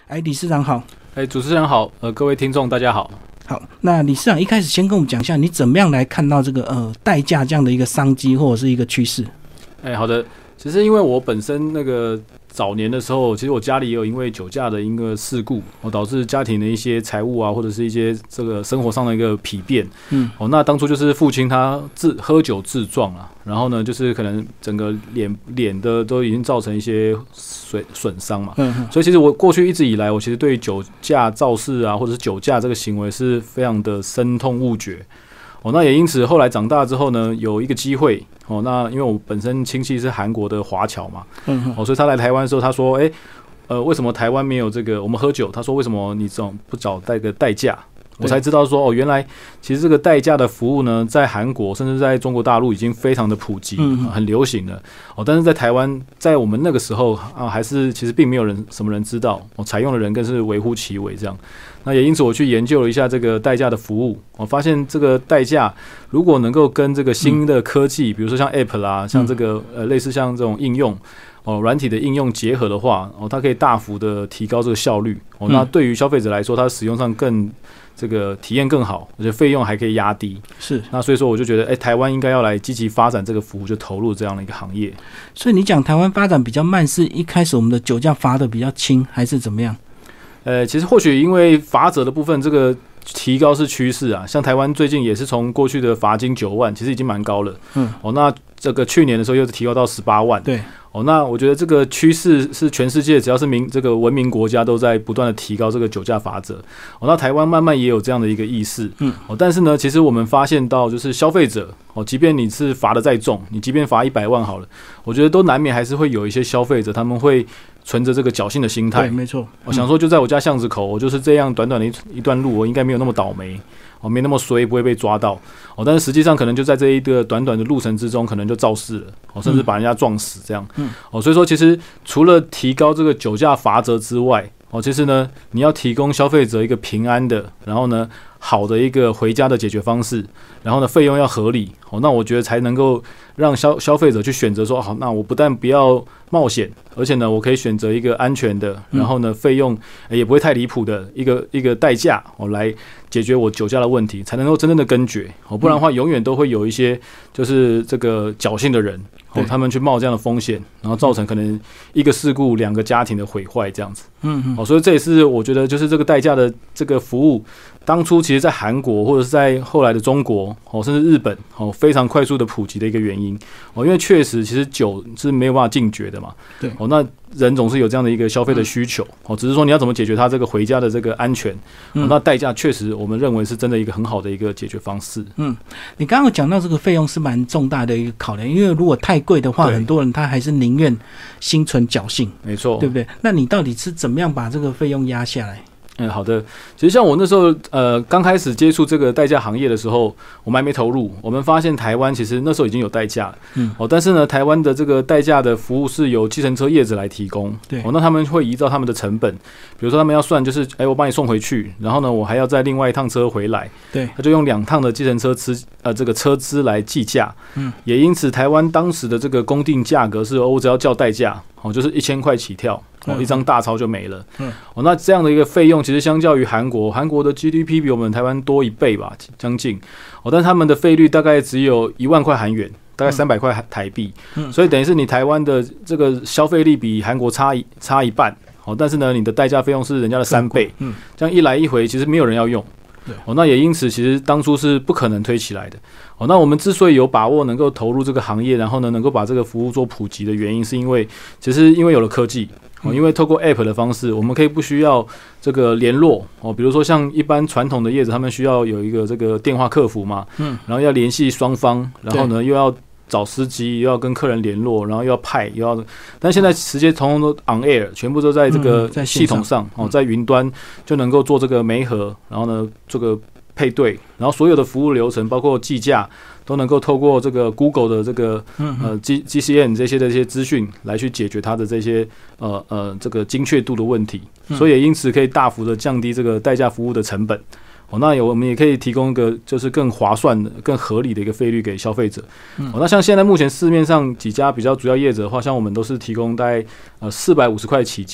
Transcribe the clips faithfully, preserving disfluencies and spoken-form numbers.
哎，理事长好。 哎，主持人好，呃，各位听众大家好。 好，那理事长一开始先跟我们讲一下，你怎么样来看到这个呃代驾这样的一个商机或者是一个趋势？ 哎，好的。其实因为我本身那个早年的时候，其实我家里也有因为酒驾的一个事故，哦，导致家庭的一些财务啊，或者是一些这个生活上的一个疲变。嗯，哦，那当初就是父亲他自喝酒自撞啊，然后呢，就是可能整个脸脸的都已经造成一些损损伤嘛。嗯，所以其实我过去一直以来，我其实对酒驾肇事啊，或者是酒驾这个行为是非常的深痛恶绝。哦，那也因此后来长大之后呢，有一个机会哦，那因为我本身亲戚是韩国的华侨嘛，嗯，哦，所以他来台湾的时候，他说，哎、欸，呃，为什么台湾没有这个？我们喝酒，他说为什么你总不找带个代驾？我才知道说，哦，原来其实这个代驾的服务呢，在韩国甚至在中国大陆已经非常的普及，嗯、很流行了。哦，但是在台湾，在我们那个时候啊，还是其实并没有人什么人知道，哦，采用的人更是微乎其微这样。那也因此我去研究了一下这个代驾的服务，我发现这个代驾如果能够跟这个新的科技，嗯、比如说像 App 啦，像这个呃类似像这种应用。哦，软体的应用结合的话，哦，它可以大幅的提高这个效率。哦，那对于消费者来说，它使用上更这个体验更好，而且费用还可以压低。 是， 那所以说我就觉得，哎、欸，台湾应该要来积极发展这个服务，就投入这样的一个行业。 所以你讲台湾发展比较慢，是一开始我们的酒驾罚的比较轻，还是怎么样？ 呃，其实或许因为罚则的部分，这个提高是趋势啊。像台湾最近也是从过去的罚金九万，其实已经蛮高了。嗯，哦，那这个去年的时候又是提高到十八万。 对。 哦，那我觉得这个趋势是全世界只要是民这个文明国家都在不断的提高这个酒驾罚则。哦，那台湾慢慢也有这样的一个意识。嗯。哦，但是呢，其实我们发现到就是消费者，哦，即便你是罚的再重，你即便罚一百万好了，我觉得都难免还是会有一些消费者他们会存着这个侥幸的心态。 对，没错。 我想说，就在我家巷子口，我就是这样短短的 一, 一段路，我应该没有那么倒霉。哦，没那么衰，不会被抓到。哦，但是实际上可能就在这一个短短的路程之中，可能就肇事了。哦，甚至把人家撞死这样。嗯。哦，所以说其实除了提高这个酒驾罚则之外，哦，其实呢，你要提供消费者一个平安的，然后呢，好的一个回家的解决方式，然后呢，费用要合理。哦，那我觉得才能够让消消费者去选择说，好，那我不但不要冒险，而且呢，我可以选择一个安全的，然后呢，费用也不会太离谱的一个一个代驾，哦，来解决我酒驾的问题，才能够真正的根绝。哦，不然的话，永远都会有一些就是这个侥幸的人，哦，他们去冒这样的风险，然后造成可能一个事故两个家庭的毁坏这样子。嗯嗯。哦，所以这也是我觉得就是这个代驾的这个服务，当初其实在韩国或者是在后来的中国，哦，甚至日本，哦，非常快速的普及的一个原因。哦，因为确实其实酒是没有办法禁绝的嘛。 对。 哦，那人总是有这样的一个消费的需求。哦，只是说你要怎么解决它这个回家的这个安全。哦，那代驾确实我们认为是真的一个很好的一个解决方式。 嗯，你刚刚讲到这个费用是蛮重大的一个考量，因为如果太贵的话，很多人他还是宁愿心存侥幸。 没错， 对不对？那你到底是怎么样把这个费用压下来？ 嗯，好的。其实像我那时候，呃，刚开始接触这个代驾行业的时候，我们还没投入。我们发现台湾其实那时候已经有代驾了，嗯，哦，但是呢，台湾的这个代驾的服务是由计程车业者来提供， 对， 哦，那他们会依照他们的成本，比如说他们要算，就是，哎，我帮你送回去，然后呢，我还要再另外一趟车回来， 对， 他就用两趟的计程车资，呃，这个车资来计价，嗯，也因此台湾当时的这个公定价格是，哦，我只要叫代驾，哦，就是一千块起跳。哦，一张大钞就没了。嗯，哦，那这样的一个费用，其实相较于韩国，韩国的 G D P 比我们台湾多一倍吧，将近。哦，但他们的费率大概只有一万块韩元，大概三百块台币。嗯，所以等于是你台湾的这个消费力比韩国差一差一半。哦，但是呢，你的代驾费用是人家的三倍。嗯，这样一来一回，其实没有人要用。哦，那也因此，其实当初是不可能推起来的。哦，那我们之所以有把握能够投入这个行业，然后呢，能够把这个服务做普及的原因，是因为其实因为有了科技。哦，因为透过 App 的方式，我们可以不需要这个联络哦，比如说像一般传统的业者，他们需要有一个这个电话客服嘛，嗯，然后要联系双方，然后呢又要找司机，又要跟客人联络，然后又要派，又要，但现在直接统统都 on air， 全部都在这个系统上，哦，在云端就能够做这个媒合，然后呢这个配对，然后所有的服务流程，包括计价。都能够透过这个 Google 的这个呃 G G C N 这些的一些资讯来去解决它的这些呃呃这个精确度的问题，所以也因此可以大幅的降低这个代驾服务的成本。哦，那有我们也可以提供一个就是更划算的、更合理的一个费率给消费者。哦，那像现在目前市面上几家比较主要业者的话，像我们都是提供大概呃四百五十块起价。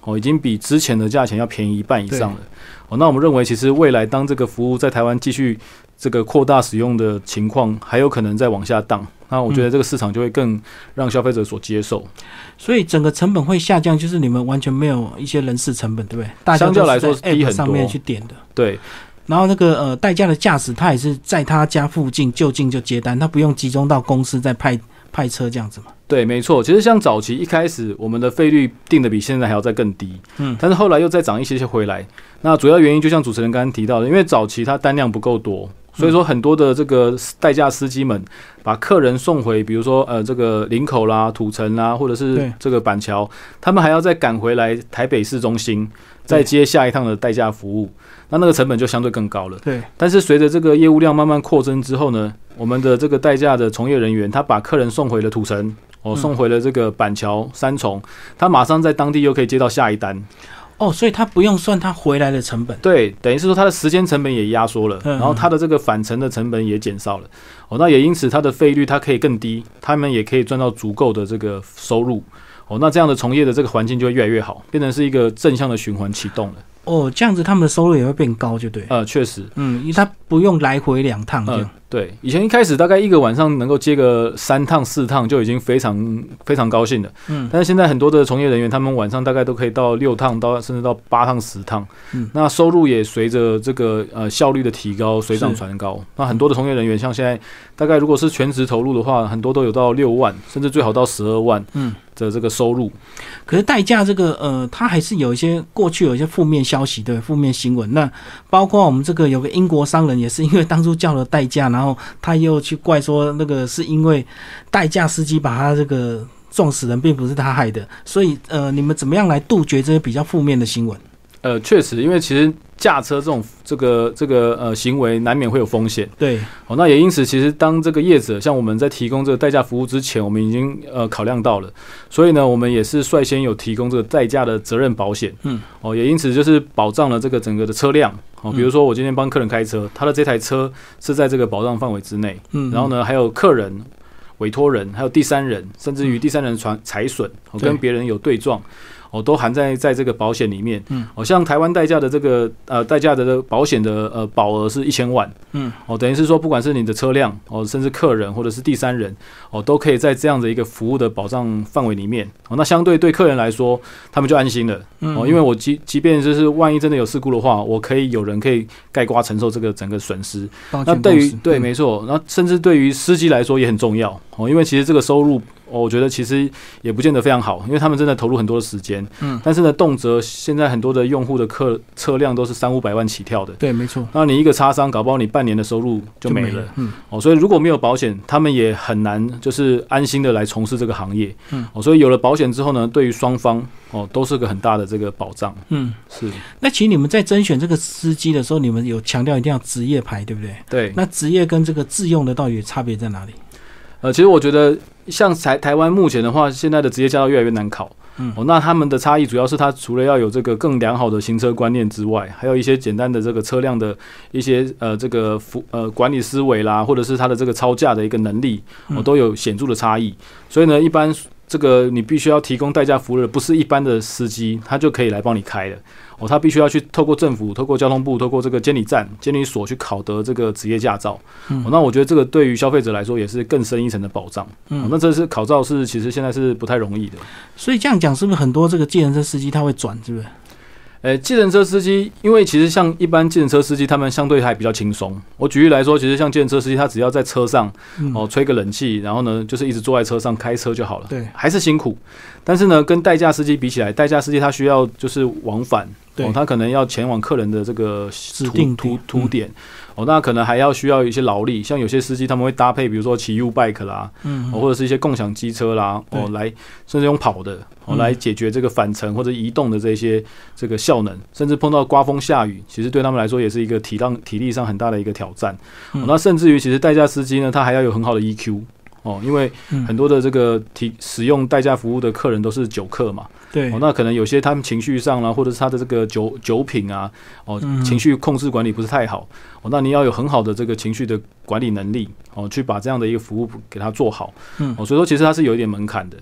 哦，已经比之前的价钱要便宜一半以上了。哦，那我们认为其实未来当这个服务在台湾继续这个扩大使用的情况，还有可能再往下荡。那我觉得这个市场就会更让消费者所接受，嗯、 所以整个成本会下降，就是你们完全没有一些人事成本，对不对？大家相较来说是低很多， 上面去点的， 对。 然后那个呃代驾的驾驶，他也是在他家附近就近就接单，他不用集中到公司再派派车这样子嘛。 对，没错。其实像早期一开始，我们的费率定的比现在还要再更低，嗯，但是后来又再涨一些些回来。那主要原因就像主持人刚刚提到的，因为早期它单量不够多。所以说，很多的这个代驾司机们把客人送回，比如说呃这个林口啦、土城啦，或者是这个板桥，他们还要再赶回来台北市中心，再接下一趟的代驾服务，那那个成本就相对更高了。 对。 但是随着这个业务量慢慢扩增之后呢，我们的这个代驾的从业人员，他把客人送回了土城，哦，送回了这个板桥、三重，他马上在当地又可以接到下一单。 哦，所以他不用算他回来的成本， 对，等于是说他的时间成本也压缩了，然后他的这个返程的成本也减少了，哦，那也因此他的费率它可以更低，他们也可以赚到足够的这个收入，哦，那这样的从业的这个环境就会越来越好，变成是一个正向的循环启动了。 哦，这样子他们的收入也会变高，就对。 呃，确实， 嗯，因为他不用来回两趟这样。呃对，以前一开始大概一个晚上能够接个三趟四趟就已经非常非常高兴了，嗯，但是现在很多的从业人员，他们晚上大概都可以到六趟到甚至到八趟十趟，嗯，那收入也随着这个呃效率的提高水涨船高。那很多的从业人员，像现在大概如果是全职投入的话，很多都有到六万，甚至最好到十二万，嗯。的这个收入， 可是代驾这个呃，它还是有一些过去有一些负面消息，对，负面新闻。那包括我们这个有个英国商人，也是因为当初叫了代驾，然后他又去怪说那个是因为代驾司机把他这个撞死人，并不是他害的。所以呃，你们怎么样来杜绝这些比较负面的新闻？ 呃，确实，因为其实驾车这种这个这个呃行为难免会有风险， 对， 哦，那也因此，其实当这个业者像我们在提供这个代驾服务之前，我们已经呃考量到了，所以呢，我们也是率先有提供这个代驾的责任保险，嗯，哦，也因此就是保障了这个整个的车辆，哦，比如说我今天帮客人开车，他的这台车是在这个保障范围之内，嗯，然后呢，还有客人、委托人，还有第三人，甚至于第三人传财损，哦，跟别人有对撞。哦，都含在在这个保险里面。嗯，哦，像台湾代驾的这个呃代驾的保险的呃保额是一千万。嗯，哦，等于是说，不管是你的车辆哦，甚至客人或者是第三人哦，都可以在这样的一个服务的保障范围里面。哦，那相对对客人来说，他们就安心了。嗯，哦，因为我即即便就是万一真的有事故的话，我可以有人可以概括承受这个整个损失。那对于对，没错，那甚至对于司机来说也很重要。哦，因为其实这个收入。哦，我觉得其实也不见得非常好，因为他们真的投入很多的时间。嗯，但是呢，动辄现在很多的用户的客车辆都是三五百万起跳的。 对，没错。 那你一个擦伤，搞不好你半年的收入就没了。就没了嗯，哦，所以如果没有保险，他们也很难就是安心的来从事这个行业。嗯，哦，所以有了保险之后呢，对于双方哦都是个很大的这个保障。嗯，是。 那其实你们在甄选这个司机的时候，你们有强调一定要职业牌，对不对？ 对。 那职业跟这个自用的到底差别在哪里？ 呃，其实我觉得像台台湾目前的话，现在的职业驾照越来越难考。嗯，哦，那他们的差异主要是它除了要有这个更良好的行车观念之外，还有一些简单的这个车辆的一些呃这个服呃管理思维啦，或者是它的这个操驾的一个能力，哦，都有显著的差异。所以呢，一般这个你必须要提供代驾服务的，不是一般的司机，他就可以来帮你开了。哦，他必须要去透过政府、透过交通部、透过这个监理站、监理所去考得这个职业驾照。嗯，哦，那我觉得这个对于消费者来说也是更深一层的保障。嗯，哦，那这是考照是其实现在是不太容易的。 所以这样讲，是不是很多这个计程车司机他会转，是不是？ 呃，计程车司机，因为其实像一般计程车司机，他们相对还比较轻松。我举例来说，其实像计程车司机，他只要在车上哦吹个冷气，然后呢就是一直坐在车上开车就好了。 对， 还是辛苦。但是呢，跟代驾司机比起来，代驾司机他需要就是往返，哦，他可能要前往客人的这个指定途途点。哦，那可能还要需要一些劳力，像有些司机他们会搭配，比如说骑 U bike 啦，嗯，哦，或者是一些共享机车啦，哦，来甚至用跑的，哦，来解决这个返程或者移动的这些这个效能，甚至碰到刮风下雨，其实对他们来说也是一个体量体力上很大的一个挑战。哦，那甚至于其实代驾司机呢，他还要有很好的 E Q。哦，因为很多的这个提使用代驾服务的客人都是酒客嘛， 对， 哦，那可能有些他们情绪上啦，或者是他的这个酒酒品啊，哦，嗯，情绪控制管理不是太好，哦，那你要有很好的这个情绪的管理能力，哦，去把这样的一个服务给他做好，嗯，哦，所以说其实它是有一点门槛的。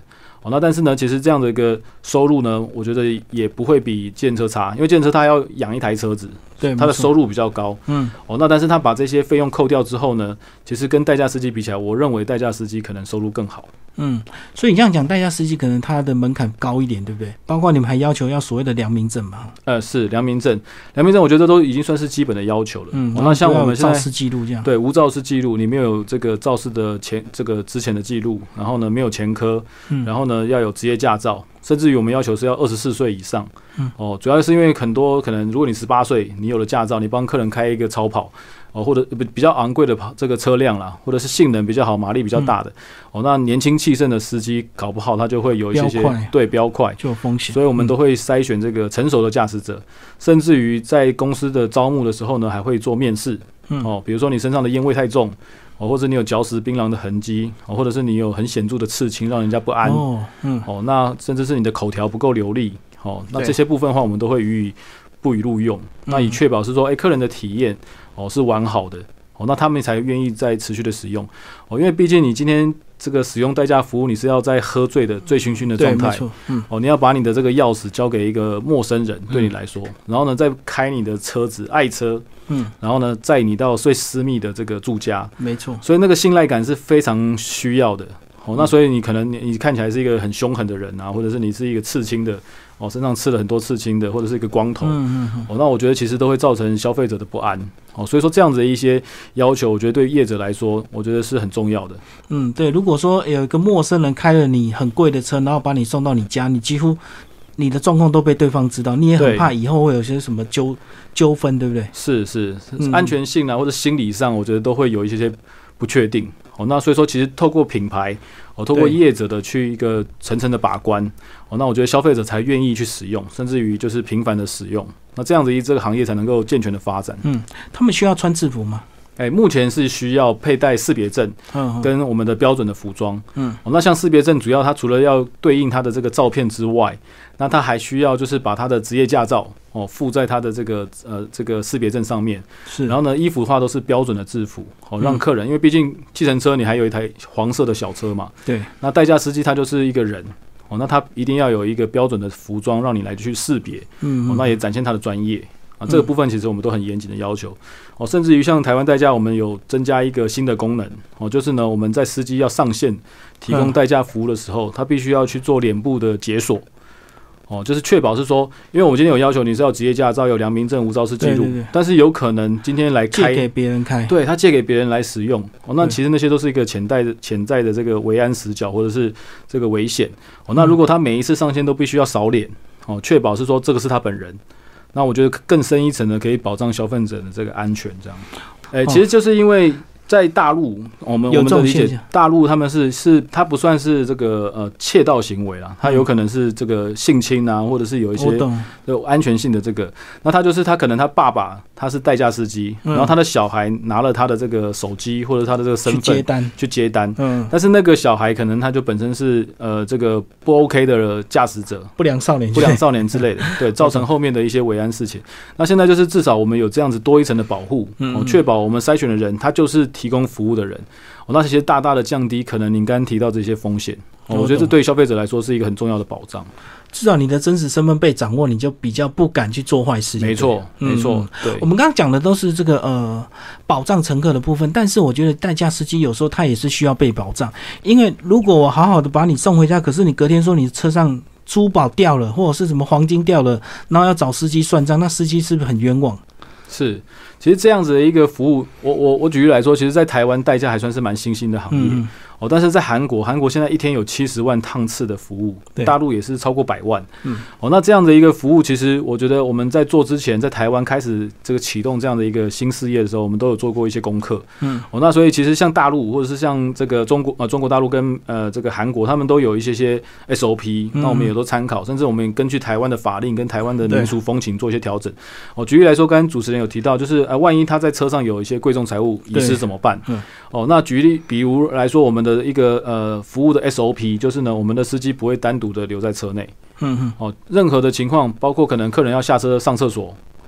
哦，那但是呢，其实这样的一个收入呢，我觉得也不会比计程车差，因为计程车它要养一台车子， 对， 它的收入比较高。 嗯， 哦，那但是他把这些费用扣掉之后呢，其实跟代驾司机比起来，我认为代驾司机可能收入更好。 嗯，所以你这样讲，代驾司机可能他的门槛高一点，对不对？包括你们还要求要所谓的良民证嘛？ 呃，是良民证，良民证我觉得都已经算是基本的要求了。 嗯， 哦、那像我们现在肇事记录这样， 对，无肇事记录，你没有这个肇事的前这个之前的记录，然后呢没有前科，嗯、然后呢要有职业驾照，甚至于我们要求是要二十四岁以上。嗯，哦，主要是因为很多可能，如果你十八岁，你有了驾照，你帮客人开一个超跑。哦，或者比较昂贵的这个车辆啦，或者是性能比较好、马力比较大的，嗯、哦，那年轻气盛的司机搞不好他就会有一些些对标快， 就有风险。 所以我们都会筛选这个成熟的驾驶者，甚至于在公司的招募的时候呢，还会做面试。嗯、哦，比如说你身上的烟味太重，哦，或者你有嚼食槟榔的痕迹，哦，或者是你有很显著的刺青，让人家不安。哦，嗯，哦，那甚至是你的口条不够流利，哦，那这些部分的话，我们都会予以不予录用，那以确保是说，哎、欸，客人的体验哦是完好的。哦，那他们才愿意再持续的使用哦，因为毕竟你今天这个使用代驾服务，你是要在喝醉的、醉醺醺的状态，嗯，哦，你要把你的这个钥匙交给一个陌生人，对你来说，嗯、然后呢，再开你的车子爱车，嗯，然后呢，载你到最私密的这个住家， 没错， 所以那个信赖感是非常需要的。哦，那所以你可能你你看起来是一个很凶狠的人啊，或者是你是一个刺青的，哦，身上刺了很多刺青的，或者是一个光头，嗯嗯嗯，哦，那我觉得其实都会造成消费者的不安，哦，所以说这样子的一些要求，我觉得对业者来说，我觉得是很重要的。 嗯，对，如果说有一个陌生人开了你很贵的车，然后把你送到你家，你几乎你的状况都被对方知道，你也很怕以后会有些什么纠纠纷，对不对？ 是是，是安全性啊，或者心理上，我觉得都会有一些些不确定。哦，那所以说，其实透过品牌，哦，透过业者的去一个层层的把关，哦，那我觉得消费者才愿意去使用，甚至于就是频繁的使用，那这样子一这个行业才能够健全的发展。 嗯，他们需要穿制服吗？ 哎、欸，目前是需要佩戴识别证，跟我们的标准的服装。嗯、哦，那像识别证，主要它除了要对应它的这个照片之外，那它还需要就是把它的职业驾照哦附在它的这个呃这个识别证上面。是，然后呢，衣服的话都是标准的制服，哦，让客人，嗯、因为毕竟计程车你还有一台黄色的小车嘛， 对， 那代驾司机他就是一个人。哦，那他一定要有一个标准的服装，让你来去识别。嗯，哦，那也展现他的专业。啊，这个部分其实我们都很严谨的要求哦，甚至于像台湾代驾，我们有增加一个新的功能哦，就是呢，我们在司机要上线提供代驾服务的时候，他必须要去做脸部的解锁哦，就是确保是说，因为我们今天有要求你是要职业驾照、有良民证、无肇事记录，但是有可能今天来开借给别人开， 对他借给别人来使用哦，那其实那些都是一个潜在的潜在的这个危安死角或者是这个危险哦，那如果他每一次上线都必须要扫脸哦，确保是说这个是他本人。那我觉得更深一层的可以保障消费者的这个安全，这样，哎、欸，其实就是因为在大陆，我们我们的理解，大陆他们是是，它不算是这个呃窃盗行为啦，它有可能是这个性侵啊，或者是有一些有安全性的这个，那他就是他可能他爸爸他是代驾司机，嗯、然后他的小孩拿了他的这个手机或者他的这个身份去接单， 去接单，嗯，但是那个小孩可能他就本身是呃这个不 OK 的驾驶者， 不良少年， 不良少年之类的，对，造成后面的一些危安事情。那现在就是至少我们有这样子多一层的保护，哦，确保我们筛选的人他就是提供服务的人，哦，那些大大的降低可能您刚刚提到这些风险，哦，我觉得这对消费者来说是一个很重要的保障。 至少你的真实身份被掌握，你就比较不敢去做坏事。 没错，没错。对， 我们刚刚讲的都是这个呃保障乘客的部分，但是我觉得代驾司机有时候他也是需要被保障，因为如果我好好的把你送回家，可是你隔天说你车上珠宝掉了，或者是什么黄金掉了，然后要找司机算账，那司机是不是很冤枉？ 是，其实这样子的一个服务，我我我举例来说，其实在台湾代驾还算是蛮新兴的行业。嗯哦，但是在韩国，韩国现在一天有七十万趟次的服务，大陆也是超过百万。嗯，哦，那这样的一个服务，其实我觉得我们在做之前，在台湾开始这个启动这样的一个新事业的时候，我们都有做过一些功课。嗯，哦，那所以其实像大陆或者是像这个中国呃中国大陆跟呃这个韩国，他们都有一些些 S O P，嗯、那我们也都参考，甚至我们根据台湾的法令跟台湾的民俗风情做一些调整。哦，举例来说，刚刚主持人有提到，就是呃万一他在车上有一些贵重财物遗失怎么办？嗯，哦，那举例比如来说，我们的一个呃。呃，服务的 S O P 就是呢，我们的司机不会单独的留在车内。嗯嗯。哦，任何的情况，包括可能客人要下车上厕所，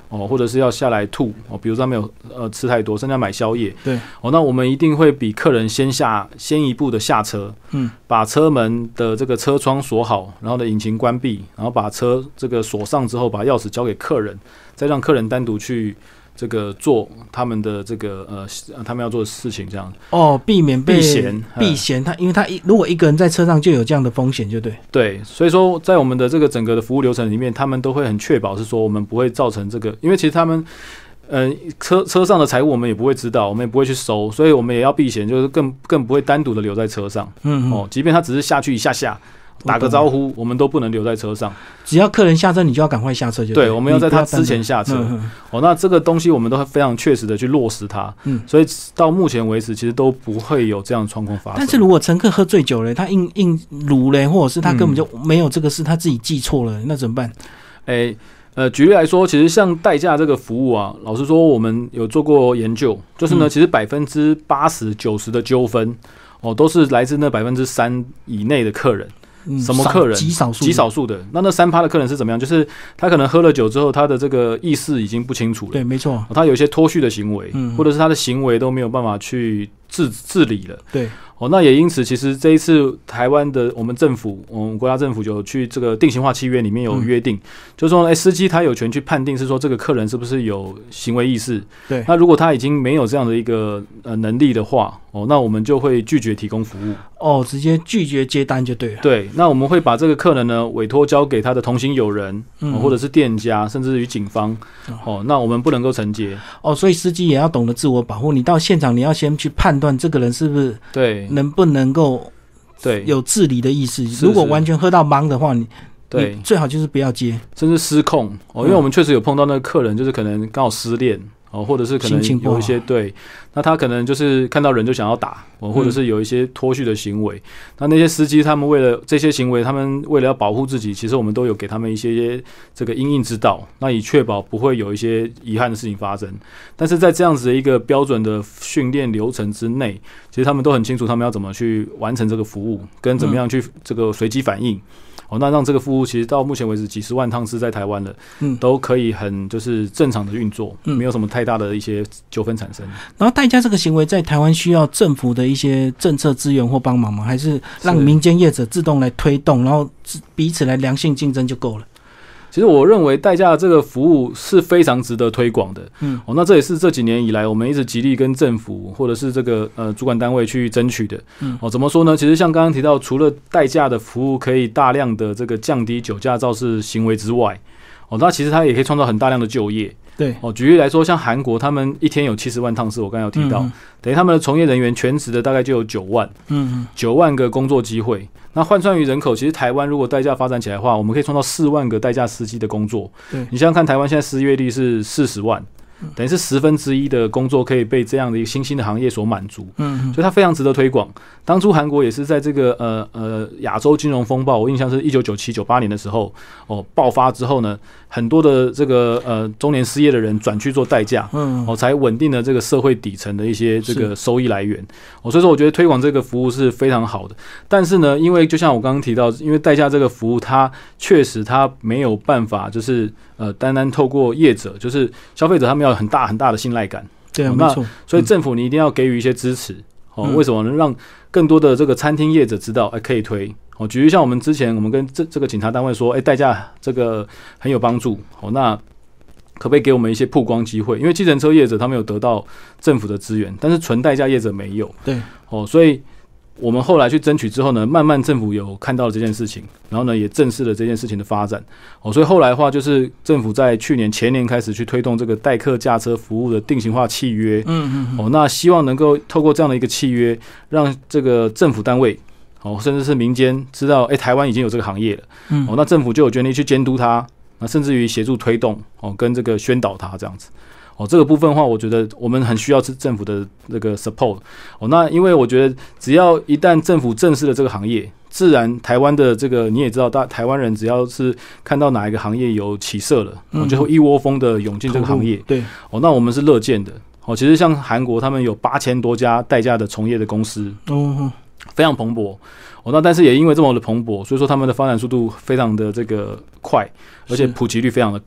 哦，或者是要下来吐哦，比如说他没有呃吃太多，甚至要买宵夜， 对哦，那我们一定会比客人先下先一步的下车，嗯，把车门的这个车窗锁好，然后呢引擎关闭，然后把车这个锁上之后，把钥匙交给客人，再让客人单独去这个做他们的这个呃他们要做的事情，这样哦，避免被避嫌避嫌。他因为他一如果一个人在车上就有这样的风险，就对对，所以说在我们的这个整个的服务流程里面，他们都会很确保是说我们不会造成这个，因为其实他们呃车车上的财物我们也不会知道，我们也不会去收，所以我们也要避嫌，就是更更不会单独的留在车上。嗯哦，即便他只是下去一下下。打个招呼，我们都不能留在车上。 只要客人下车，你就要赶快下车就对。 对，我们要在他之前下车。嗯、哦，那这个东西我们都会非常确实的去落实它。嗯，所以到目前为止，其实都不会有这样的状况发生。 但是如果乘客喝醉酒了，他硬硬撸嘞，或者是他根本就没有这个事，他自己记错了，那怎么办？ 哎、欸，呃，举例来说，其实像代驾这个服务啊，老实说，我们有做过研究，就是呢，嗯、其实百分之八十九十的纠纷，哦，都是来自那百分之三以内的客人。什么客人？ 极少数， 极少数的。那那三趴的客人是怎么样？就是他可能喝了酒之后，他的这个意识已经不清楚了。 对，没错。 他有一些脱序的行为，嗯、或者是他的行为都没有办法去自自理了。 对。 哦，那也因此，其实这一次台湾的我们政府，我们国家政府有去这个定型化契约里面有约定，嗯、就是说，哎、欸，司机他有权去判定是说这个客人是不是有行为意识。 对。 那如果他已经没有这样的一个呃能力的话，哦，那我们就会拒绝提供服务。 哦，直接拒绝接单就对了。 对，那我们会把这个客人呢委托交给他的同行友人，嗯哦、或者是店家，甚至于警方。哦，那我们不能够承接。 哦，所以司机也要懂得自我保护。你到现场，你要先去判断这个人是不是对。能不能够对有自理的意识？如果完全喝到茫的话，你对你最好就是不要接， 甚至失控哦。因为我们确实有碰到那个客人，就是可能刚好失恋哦，或者是可能有一些对，那他可能就是看到人就想要打哦，或者是有一些脱序的行为。嗯、那那些司机他们为了这些行为，他们为了要保护自己，其实我们都有给他们一些这个因应之道，那以确保不会有一些遗憾的事情发生。但是在这样子的一个标准的训练流程之内，其实他们都很清楚他们要怎么去完成这个服务，跟怎么样去这个随机反应。哦，那让这个服务其实到目前为止几十万趟次在台湾了，嗯，都可以很就是正常的运作，嗯，没有什么太大的一些纠纷产生。 然后代驾这个行为在台湾需要政府的一些政策资源或帮忙吗？还是让民间业者自动来推动，然后彼此来良性竞争就够了？ 其实我认为代驾这个服务是非常值得推广的，嗯，哦，那这也是这几年以来我们一直极力跟政府或者是这个呃主管单位去争取的，嗯，哦，怎么说呢？其实像刚刚提到，除了代驾的服务可以大量的这个降低酒驾肇事行为之外，哦，那其实它也可以创造很大量的就业。 对， 哦，举例来说，像韩国，他们一天有七十万趟次，我刚才有提到，嗯、等于他们的从业人员全职的大概就有九万，嗯，九万个工作机会。那换算于人口，其实台湾如果代驾发展起来的话，我们可以创造四万个代驾司机的工作。对，你想想看，台湾现在失业率是四十万。等于是十分之一的工作可以被这样的一个新兴的行业所满足，嗯，所以它非常值得推广。当初韩国也是在这个呃呃亚洲金融风暴，我印象是一九九七九八年的时候哦爆发之后呢，很多的这个呃中年失业的人转去做代驾，嗯，哦才稳定了这个社会底层的一些这个收益来源。哦，所以说我觉得推广这个服务是非常好的。但是呢，因为就像我刚刚提到，因为代驾这个服务，它确实它没有办法就是呃单单透过业者，就是消费者他们要有很大很大的信赖感， 对啊， 哦、 没错。 所以政府你一定要给予一些支持，哦，嗯、为什么呢？让更多的这个餐厅业者知道，哎、欸，可以推。哦，举例像我们之前我们跟这这个警察单位说，哎、欸，代驾这个很有帮助，哦，那可不可以给我们一些曝光机会？因为计程车业者他们有得到政府的资源，但是纯代驾业者没有， 对， 哦，所以。我们后来去争取之后呢，慢慢政府有看到了这件事情，然后呢也正视了这件事情的发展。哦，所以后来的话，就是政府在去年前年开始去推动这个代客驾车服务的定型化契约。嗯嗯嗯。哦，那希望能够透过这样的一个契约，让这个政府单位，哦，甚至是民间知道，哎、欸，台湾已经有这个行业了。嗯。哦，那政府就有权利去监督它，那甚至于协助推动，哦，跟这个宣导它这样子。哦，这个部分的话，我觉得我们很需要是政府的这个 support。哦，那因为我觉得只要一旦政府正视了这个行业，自然台湾的这个你也知道，大台湾人只要是看到哪一个行业有起色了，嗯、我就会一窝蜂的涌进这个行业。对，哦，那我们是乐见的。哦，其实像韩国，他们有八千多家代驾的从业的公司，哦，非常蓬勃。哦，那但是也因为这么的蓬勃，所以说他们的发展速度非常的这个快，而且普及率非常的高。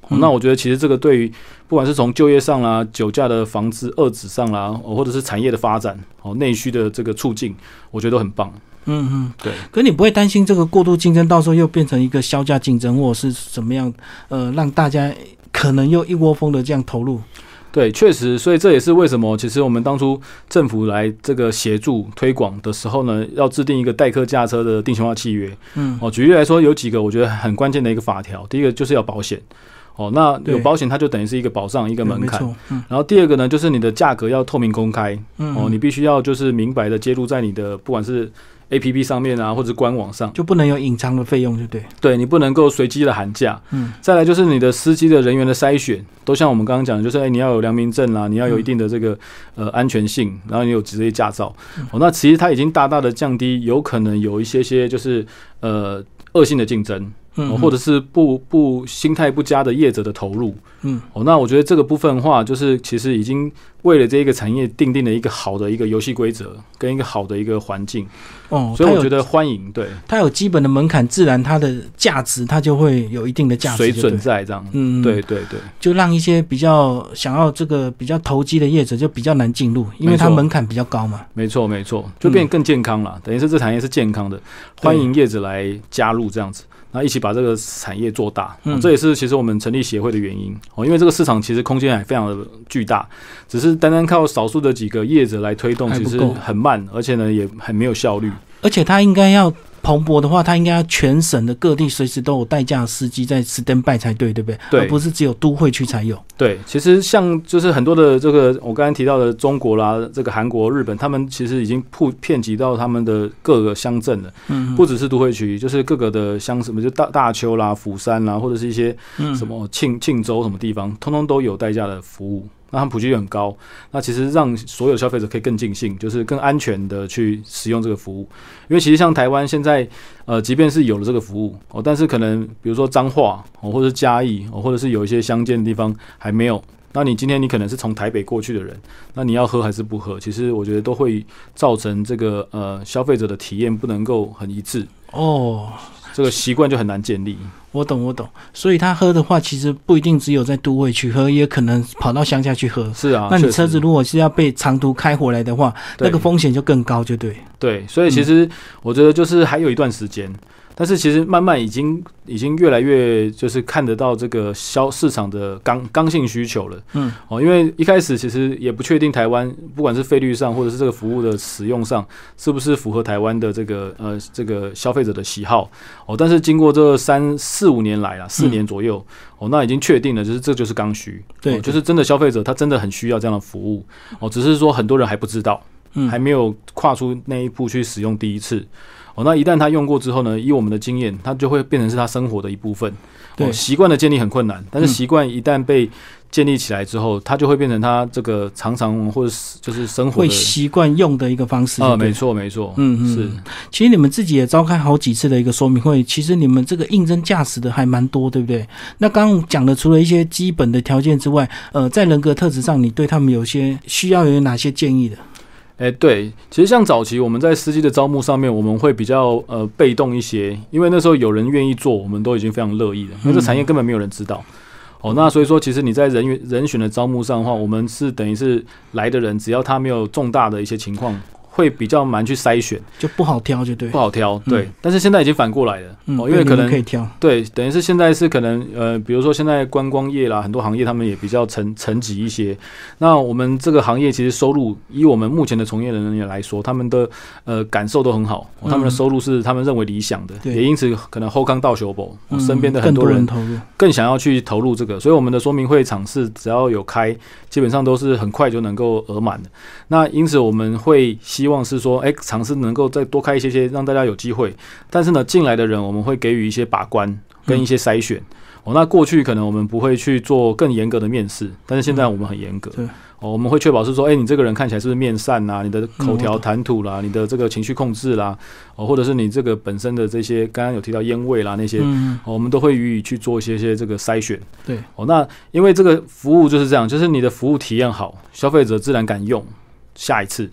哦嗯、那我觉得其实这个对于不管是从就业上啦、酒驾的防治、遏止上啦，哦，或者是产业的发展、哦内需的这个促进，我觉得都很棒。 嗯嗯， 对。 可你不会担心这个过度竞争，到时候又变成一个削价竞争，或者是怎么样？呃，让大家可能又一窝蜂的这样投入？ 对，确实，所以这也是为什么其实我们当初政府来这个协助推广的时候呢，要制定一个代客驾车的定型化契约。嗯，哦，举例来说，有几个我觉得很关键的一个法条，第一个就是要保险。哦，那有保险它就等于是一个保障，一个门槛。嗯、然后第二个呢，就是你的价格要透明公开。嗯、哦，你必须要就是明白的揭露在你的不管是 A P P 上面啊，或者是官网上， 就不能有隐藏的费用，对不对？ 对，你不能够随机的喊价。嗯，再来就是你的司机的人员的筛选，都像我们刚刚讲的，就是哎、欸，你要有良民证啦，你要有一定的这个呃安全性，然后你有职业驾照。哦，那其实它已经大大的降低有可能有一些些就是呃恶性的竞争。嗯、或者是不不心态不佳的业者的投入，嗯，哦，那我觉得这个部分的话，就是其实已经为了这个产业定定了一个好的一个游戏规则，跟一个好的一个环境，哦，所以我觉得欢迎，对， 它有基本的门槛，自然它的价值它就会有一定的价值水准在这样，嗯，对对对， 就让一些比较想要这个比较投机的业者就比较难进入，因为它门槛比较高嘛， 没错没错，就变得更健康了，嗯、等于是这产业是健康的，欢迎业者来加入这样子。那一起把这个产业做大、嗯哦，这也是其实我们成立协会的原因哦。因为这个市场其实空间还非常的巨大，只是单单靠少数的几个业者来推动，其实很慢，而且呢也很没有效率。 而且它应该要蓬勃的话，它应该要全省的各地随时都有代驾司机在 stand by 才对，对不对？ 对， 而不是只有都会区才有。 对，其实像就是很多的这个我刚才提到的中国啦、这个韩国、日本，他们其实已经铺遍及到他们的各个乡镇了，嗯，不只是都会区，就是各个的乡什么就大大邱啦、釜山啦，或者是一些什么庆庆州什么地方，通通都有代驾的服务。那它普及率很高，那其实让所有消费者可以更尽兴，就是更安全的去使用这个服务。因为其实像台湾现在，呃，即便是有了这个服务哦，但是可能比如说彰化哦，或者是嘉义哦，或者是有一些乡间的地方还没有。那你今天你可能是从台北过去的人，那你要喝还是不喝？其实我觉得都会造成这个呃消费者的体验不能够很一致哦，这个习惯就很难建立。 我懂，我懂。所以他喝的话，其实不一定只有在都会区喝，也可能跑到乡下去喝。 是啊， 那你车子如果是要被长途开回来的话，那个风险就更高，就对。 对，所以其实我觉得就是还有一段时间。嗯，但是其实慢慢已经已经越来越就是看得到这个销市场的刚刚性需求了，嗯，哦，因为一开始其实也不确定台湾不管是费率上或者是这个服务的使用上是不是符合台湾的这个呃这个消费者的喜好，哦，但是经过这三四五年来啦，四年左右，嗯、哦，那已经确定了，就是这就是刚需，对、哦，就是真的消费者他真的很需要这样的服务，哦，只是说很多人还不知道，嗯，还没有跨出那一步去使用第一次。哦，那一旦他用过之后呢，以我们的经验，他就会变成是他生活的一部分。对，习惯的建立很困难，但是习惯一旦被建立起来之后，它就会变成他这个常常或者就是生活的会习惯用的一个方式。 啊、呃，没错没错，嗯嗯，是。 其实你们自己也召开好几次的一个说明会，其实你们这个应征驾驶的还蛮多，对不对？那刚刚讲的除了一些基本的条件之外，呃，在人格特质上，你对他们有些需要有哪些建议的？ 哎、欸，对，其实像早期我们在司机的招募上面，我们会比较呃被动一些，因为那时候有人愿意做，我们都已经非常乐意了，因为这产业根本没有人知道。哦，那所以说，其实你在人员人选的招募上的话，我们是等于是来的人，只要他没有重大的一些情况，会比较难去筛选， 就不好挑，就对， 不好挑，对。嗯、但是现在已经反过来了， 嗯、 哦，因为可能可以挑， 对，等于是现在是可能呃，比如说现在观光业啦，很多行业他们也比较沉沉寂一些。那我们这个行业其实收入，以我们目前的从业人员来说，他们的呃感受都很好，哦、他们的收入是他们认为理想的，嗯、也因此可能后康到修补，哦，身边的很多人更想要去投入这个，所以我们的说明会场次只要有开，基本上都是很快就能够额满的。那因此我们会希望是说，哎、欸，尝试能够再多开一些些，让大家有机会。但是呢，进来的人我们会给予一些把关跟一些筛选。嗯哦，那过去可能我们不会去做更严格的面试，但是现在我们很严格。嗯、哦，我们会确保是说，哎、欸，你这个人看起来是不是面善啊？你的口条谈吐啦，你的这个情绪控制啦，哦，或者是你这个本身的这些，刚刚有提到烟味啦那些，嗯哦，我们都会予以去做一些些这个筛选。 对， 哦，那因为这个服务就是这样，就是你的服务体验好，消费者自然敢用下一次。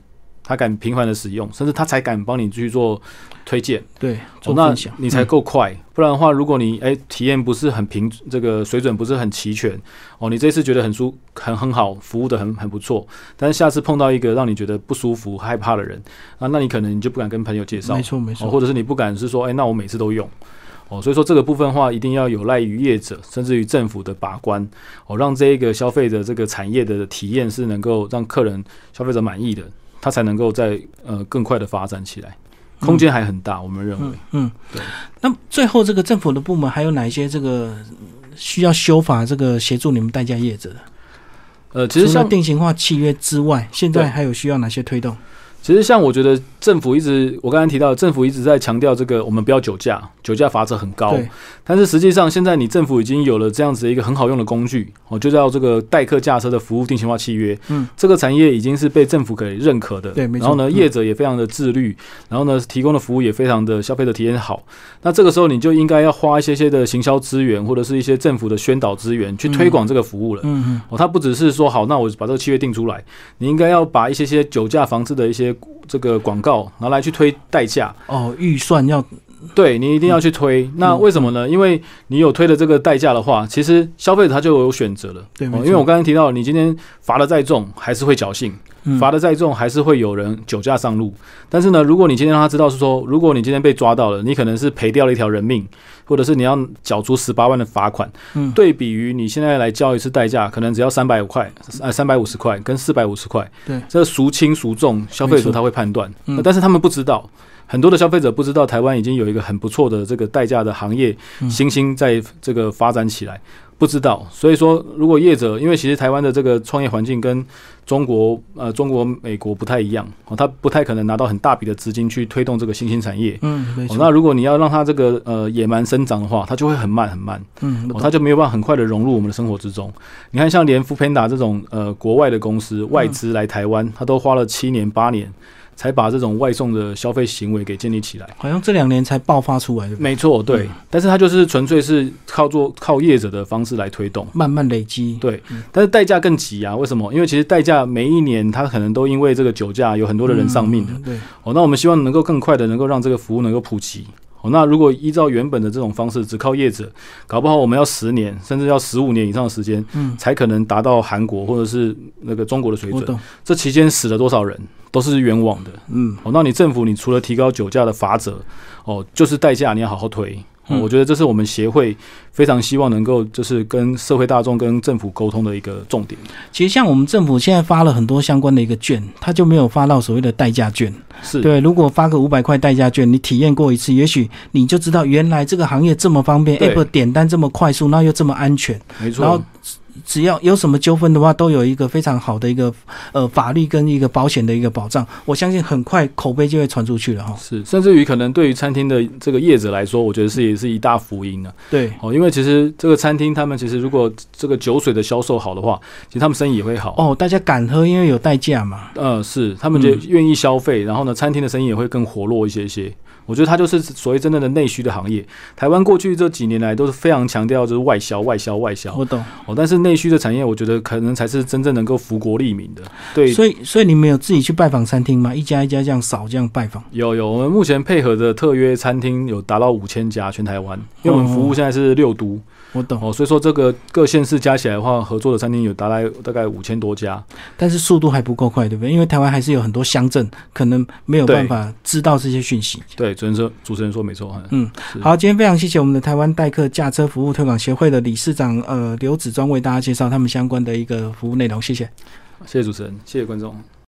他敢频繁的使用，甚至他才敢帮你去做推荐， 对， 哦，那你才够快。嗯、不然的话，如果你哎体验不是很平，这个水准不是很齐全，哦，你这次觉得很舒很很好，服务的很很不错，但是下次碰到一个让你觉得不舒服、害怕的人，啊，那你可能你就不敢跟朋友介绍， 没错没错、 哦，或者是你不敢是说，哎，那我每次都用。哦，所以说这个部分的话，一定要有赖于业者，甚至于政府的把关，哦，让这一个消费者这个产业的体验是能够让客人、消费者满意的，它才能够在呃更快的发展起来，空间还很大，嗯、我们认为。 嗯， 对。 那最后这个政府的部门还有哪一些这个需要修法，这个协助你们代驾业者的？ 呃，其实像除了定型化契约之外，现在还有需要哪些推动？ 其实像我觉得政府一直，我刚才提到，政府一直在强调这个，我们不要酒驾，酒驾罚则很高。但是实际上，现在你政府已经有了这样子的一个很好用的工具，哦，就叫这个代客驾车的服务定型化契约。嗯，这个产业已经是被政府给认可的。对，没错。然后呢，业者也非常的自律，然后呢，提供的服务也非常的消费者体验好。那这个时候你就应该要花一些些的行销资源，或者是一些政府的宣导资源去推广这个服务了。嗯嗯。哦，它不只是说好，那我把这个契约定出来，你应该要把一些些酒驾防治的一些这个广告拿来去推代驾哦，预算要对你一定要去推。嗯、那为什么呢？因为你有推的这个代驾的话，其实消费者他就有选择了。对、哦，因为我刚才提到，你今天罚的再重，还是会侥幸；嗯、罚的再重，还是会有人酒驾上路。但是呢，如果你今天让他知道是说，如果你今天被抓到了，你可能是赔掉了一条人命，或者是你要缴出十八万的罚款。嗯，对比于你现在来交一次代驾，可能只要三百五块，呃，三百五十块跟四百五十块。对，这孰轻孰重，消费者他会判断。嗯，但是他们不知道。很多的消费者不知道，台湾已经有一个很不错的这个代驾的行业新兴在这个发展起来，不知道。所以说，如果业者，因为其实台湾的这个创业环境跟中国、呃中国、美国不太一样，哦，他不太可能拿到很大笔的资金去推动这个新兴产业。嗯，没错。哦，那如果你要让它这个呃野蛮生长的话，它就会很慢很慢。嗯，哦，它就没有办法很快的融入我们的生活之中。你看，像连 Foodpanda 这种呃国外的公司外资来台湾，它都花了七年八年。才把这种外送的消费行为给建立起来， 好像这两年才爆发出来的。 没错，对，嗯、但是它就是纯粹是靠做靠业者的方式来推动， 慢慢累积。 对，嗯、但是代驾更急啊！为什么？因为其实代驾每一年它可能都因为这个酒驾有很多的人丧命的。嗯、对，哦，那我们希望能够更快的能够让这个服务能够普及。哦，那如果依照原本的这种方式，只靠业者，搞不好我们要十年，甚至要十五年以上的时间，嗯，才可能达到韩国或者是那个中国的水准。这期间死了多少人，都是冤枉的。嗯，哦，那你政府，你除了提高酒驾的罚则，哦，就是代驾你要好好推。嗯、我觉得这是我们协会非常希望能够就是跟社会大众跟政府沟通的一个重点。 其实像我们政府现在发了很多相关的一个券，它就没有发到所谓的代驾券。是对，如果发个五百块代驾券，你体验过一次，也许你就知道原来这个行业这么方便 ，App 点单这么快速，然后又这么安全。没错。然后只要有什么纠纷的话，都有一个非常好的一个呃法律跟一个保险的一个保障。我相信很快口碑就会传出去了哈。 是，甚至于可能对于餐厅的这个业者来说，我觉得是也是一大福音呢、啊。 对， 哦，因为其实这个餐厅他们其实如果这个酒水的销售好的话，其实他们生意也会好。 哦，大家敢喝，因为有代驾嘛。 呃，是，他们就愿意消费，嗯、然后呢，餐厅的生意也会更活络一些些。我觉得它就是所谓真正的内需的行业。台湾过去这几年来都是非常强调就是外销、外销、外销。 我懂。 哦，但是内需的产业，我觉得可能才是真正能够福国利民的。对。 所以，所以你们有自己去拜访餐厅吗？一家一家这样扫这样拜访？ 有有，我们目前配合的特约餐厅有达到五千家，全台湾，因为我们服务现在是六都。 我懂哦，所以说这个各县市加起来的话，合作的餐厅有达到大概五千多家， 但是速度还不够快，对不对？因为台湾还是有很多乡镇可能没有办法知道这些讯息。 对，主持人说，主持人说没错。 嗯，好，今天非常谢谢我们的台湾代客驾车服务推广协会的理事长呃刘子庄为大家介绍他们相关的一个服务内容，谢谢， 谢谢主持人，谢谢观众。